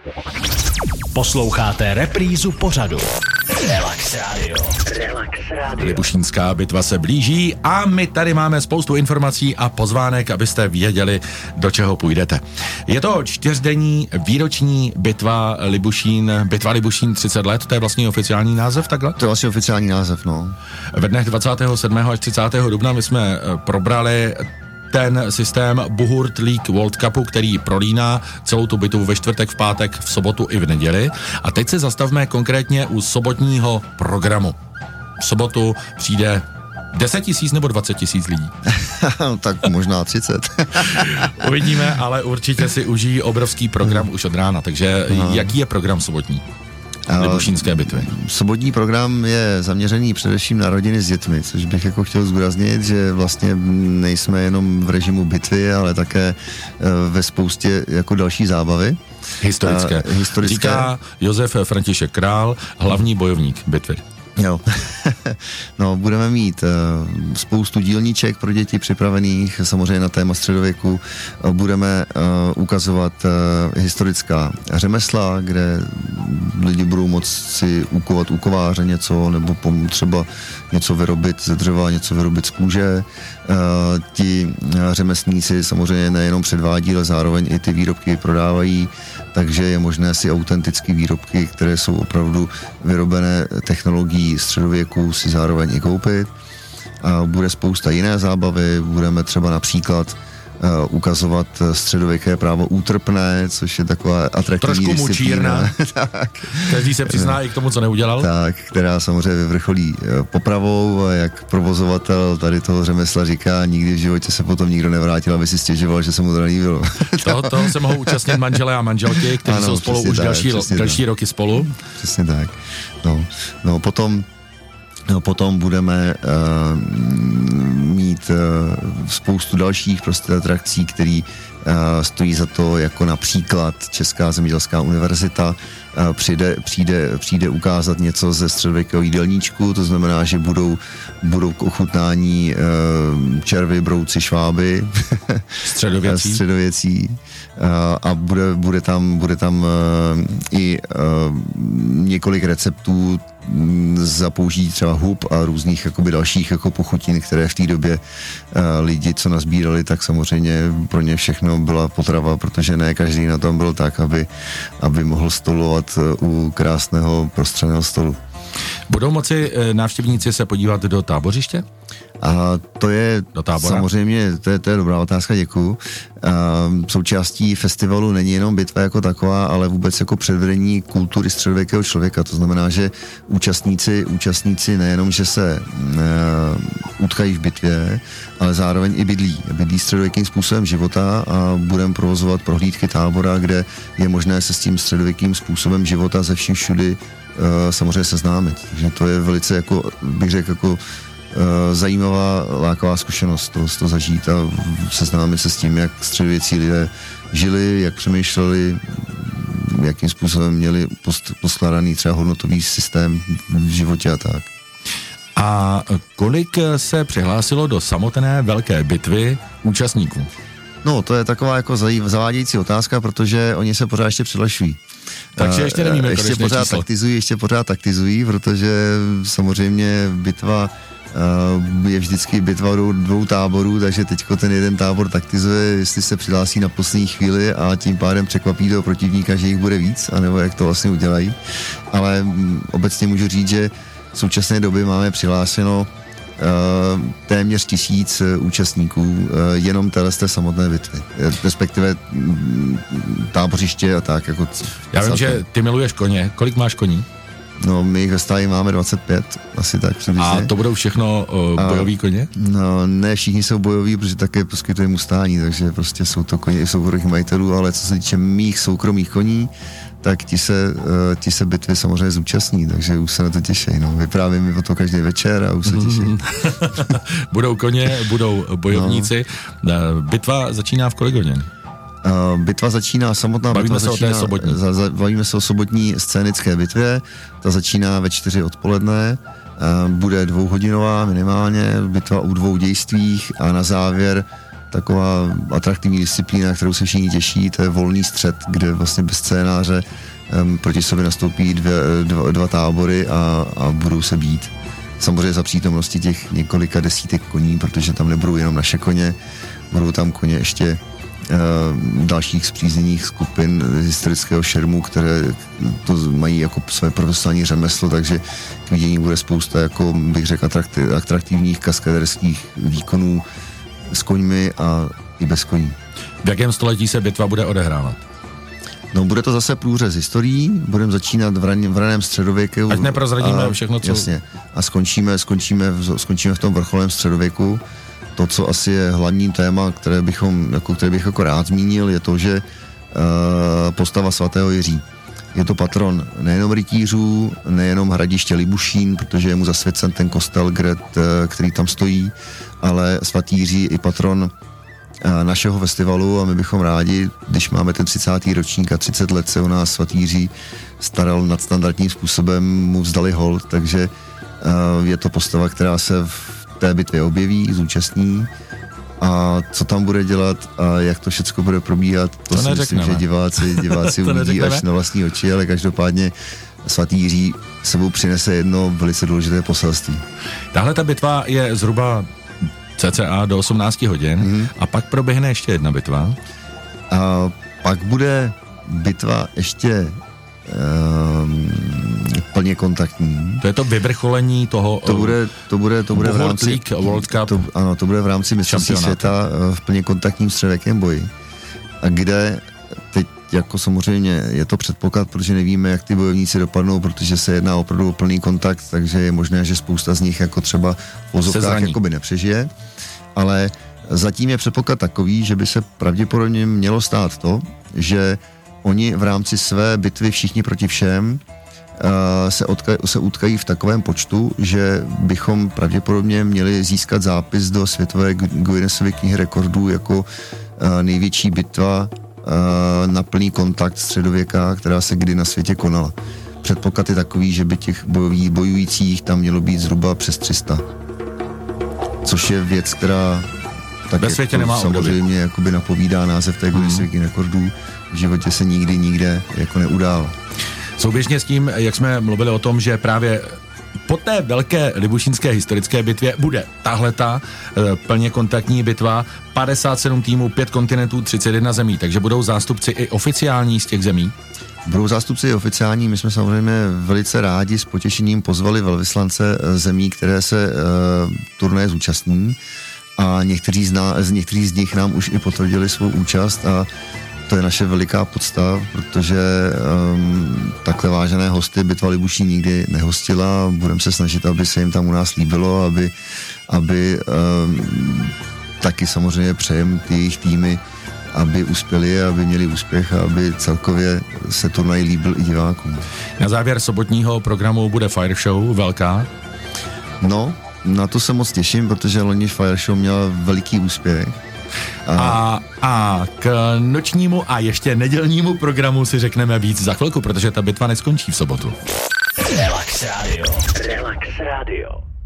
Posloucháte reprízu pořadu Relax Radio. Libušínská bitva se blíží a my tady máme spoustu informací a pozvánek, abyste věděli, do čeho půjdete. Je to 4denní výroční bitva Libušín 30 let, to je vlastně oficiální název takhle? To je vlastně oficiální název, no. Ve dnech 27. až 30. dubna my jsme probrali ten systém Buhurt League World Cupu, který prolíná celou tu bitvu ve čtvrtek, v pátek, v sobotu i v neděli. A teď se zastavme konkrétně u sobotního programu. V sobotu přijde 10 000 nebo 20 000 lidí? Tak možná 30. Uvidíme, ale určitě si užijí obrovský program už od rána. Takže jaký je program sobotní Libušínské bitvy? Sobotní program je zaměřený především na rodiny s dětmi, což bych jako chtěl zdůraznit, že vlastně nejsme jenom v režimu bitvy, ale také ve spoustě jako další zábavy. Historické. Říká Josef František Král, hlavní bojovník bitvy. Jo. No, budeme mít spoustu dílníček pro děti připravených, samozřejmě na téma středověku. Budeme ukazovat historická řemesla, kde lidi budou moci ukovat u kováře něco, nebo třeba něco vyrobit ze dřeva, něco vyrobit z kůže. Ti řemeslníci samozřejmě nejenom předvádí, ale zároveň i ty výrobky prodávají, takže je možné si autentické výrobky, které jsou opravdu vyrobené technologií středověku, si zároveň i koupit. A bude spousta jiné zábavy, budeme třeba například ukazovat středověké právo útrpné, což je taková atraktivní trošku mučírna. Každý se přizná i k tomu, co neudělal. Tak, která samozřejmě vyvrcholí popravou, a jak provozovatel tady toho řemesla říká, nikdy v životě se potom nikdo nevrátil, aby si stěžoval, že se mu to nelíbilo. Toho se mohou účastnit manželé a manželky, kteří jsou spolu už další roky spolu. Přesně tak. No, potom budeme mít spoustu dalších prostě atrakcí, který stojí za to, jako například Česká zemědělská univerzita přijde ukázat něco ze středověkého jídelníčku, to znamená, že budou k ochutnání červy, brouci, šváby, středověcí a bude tam i několik receptů za použití třeba hub a různých jakoby dalších jako pochutin, které v té době lidi, co nazbírali, tak samozřejmě pro ně všechno byla potrava, protože ne každý na tom byl tak, aby mohl stolovat u krásného prostřeného stolu. Budou moci návštěvníci se podívat do tábořiště? A to je samozřejmě, to je dobrá otázka, děkuju. Součástí festivalu není jenom bitva jako taková, ale vůbec jako předvedení kultury středověkého člověka. To znamená, že účastníci nejenom, že se utkají v bitvě, ale zároveň i bydlí středověkým způsobem života a budeme provozovat prohlídky tábora, kde je možné se s tím středověkým způsobem života ze vším všudy samozřejmě seznámit. Takže to je velice, jako bych řekl, jako zajímavá, lákavá zkušenost to zažít a seznámit se s tím, jak středověcí lidé žili, jak přemýšleli, jakým způsobem měli poskládaný třeba hodnotový systém v životě a tak. A kolik se přihlásilo do samotné velké bitvy účastníků? No, to je taková jako zavádějící otázka, protože oni se pořád ještě přihlašují. Takže ještě nevíme, ještě pořád taktizují, protože samozřejmě bitva je vždycky bitva dvou táborů, takže teďko ten jeden tábor taktizuje, jestli se přihlásí na poslední chvíli a tím pádem překvapí toho protivníka, že jich bude víc, anebo jak to vlastně udělají. Ale obecně můžu říct, že v současné době máme přihlášeno téměř 1000 účastníků jenom z té samotné bitvy, respektive tábořiště a tak. Jako já vím, že ty miluješ koně. Kolik máš koní? No, my jich ve stáji máme 25, asi tak přibližně. A to budou všechno bojový koně? No, ne všichni jsou bojoví, protože také poskytujeme ustání, takže prostě jsou to koně i soukromých majitelů, ale co se týče mých soukromých koní, tak ti se bitvy samozřejmě zúčastní, takže už se na to těší. No. Vyprávím mi o to každý večer a už se těší. Budou koně, budou bojovníci. No. Bitva začíná v kolik hodin? Bitva začíná, samotná Bavíme se o té sobotní. Bavíme se o sobotní scénické bitvě, ta začíná ve 4 odpoledne, bude 2hodinová minimálně, bitva u 2 dějstvích a na závěr taková atraktivní disciplína, kterou se všichni těší, to je volný střed, kde vlastně bez scénáře proti sobě nastoupí dva tábory a budou se bít. Samozřejmě za přítomnosti těch několika desítek koní, protože tam nebudou jenom naše koně, budou tam koně ještě dalších spřízněných skupin historického šermu, které to mají jako své profesionální řemeslo, takže k vidění bude spousta, jako bych řekl, atraktivních kaskaderských výkonů s koňmi a i bez koní. V jakém století se bitva bude odehrávat? No, bude to zase průřez historií, budeme začínat v raném středověku. Ať neprozradíme všechno, co... Jasně. A skončíme v tom vrcholném středověku. To, co asi je hlavním téma, který bych jako rád zmínil, je to, že postava svatého Jiří. Je to patron nejenom rytířů, nejenom hradiště Libušín, protože je mu zasvěcen ten kostel, který tam stojí, ale svatý Jiří je i patron našeho festivalu a my bychom rádi, když máme ten 30. ročník a 30 let se o nás svatý Jiří staral nadstandardním způsobem, mu vzdali hold, takže je to postava, která se v té bitvě objeví, zúčastní a co tam bude dělat a jak to všechno bude probíhat, to si myslím, že diváci uvidí až na vlastní oči, ale každopádně svatý Jiří sebou přinese jedno velice důležité poselství. Tahle ta bitva je zhruba cca do 18 hodin a pak proběhne ještě jedna bitva. A pak bude bitva ještě plně kontaktní. To je to vyvrcholení toho... To bude v rámci League World Cup. To bude v rámci mistrovství světa v plně kontaktním středověkém boji. A kde teď jako samozřejmě je to předpoklad, protože nevíme, jak ty bojovníci dopadnou, protože se jedná opravdu o plný kontakt, takže je možné, že spousta z nich jako třeba v vozovkách jakoby nepřežije, ale zatím je předpoklad takový, že by se pravděpodobně mělo stát to, že oni v rámci své bitvy všichni proti všem se utkají v takovém počtu, že bychom pravděpodobně měli získat zápis do světové Guinnessovy knihy rekordů jako největší bitva na plný kontakt středověka, která se kdy na světě konala. Předpoklad je takový, že by těch bojujících tam mělo být zhruba přes 300. Což je věc, která tak ve světě nemá samozřejmě jakoby napovídá název té Guinnessovy knihy rekordů. V životě se nikdy nikde jako neudálo. Souběžně s tím, jak jsme mluvili o tom, že právě po té velké libušínské historické bitvě bude tahleta plně kontaktní bitva, 57 týmů, 5 kontinentů, 31 zemí, takže budou zástupci i oficiální z těch zemí? Budou zástupci i oficiální, my jsme samozřejmě velice rádi s potěšením pozvali velvyslance zemí, které se turnaje zúčastní a někteří z nich nám už i potvrdili svou účast a to je naše veliká podsta, protože takhle vážené hosty bitva Libušín nikdy nehostila. Budeme se snažit, aby se jim tam u nás líbilo, aby taky samozřejmě přejem ty jejich týmy, aby uspěli, aby měli úspěch a aby celkově se turnaj líbil i divákům. Na závěr sobotního programu bude Fire Show velká? No, na to se moc těším, protože loni Fire Show měla veliký úspěch. A k nočnímu a ještě nedělnímu programu si řekneme víc za chvilku, protože ta bitva neskončí v sobotu. Relax Radio.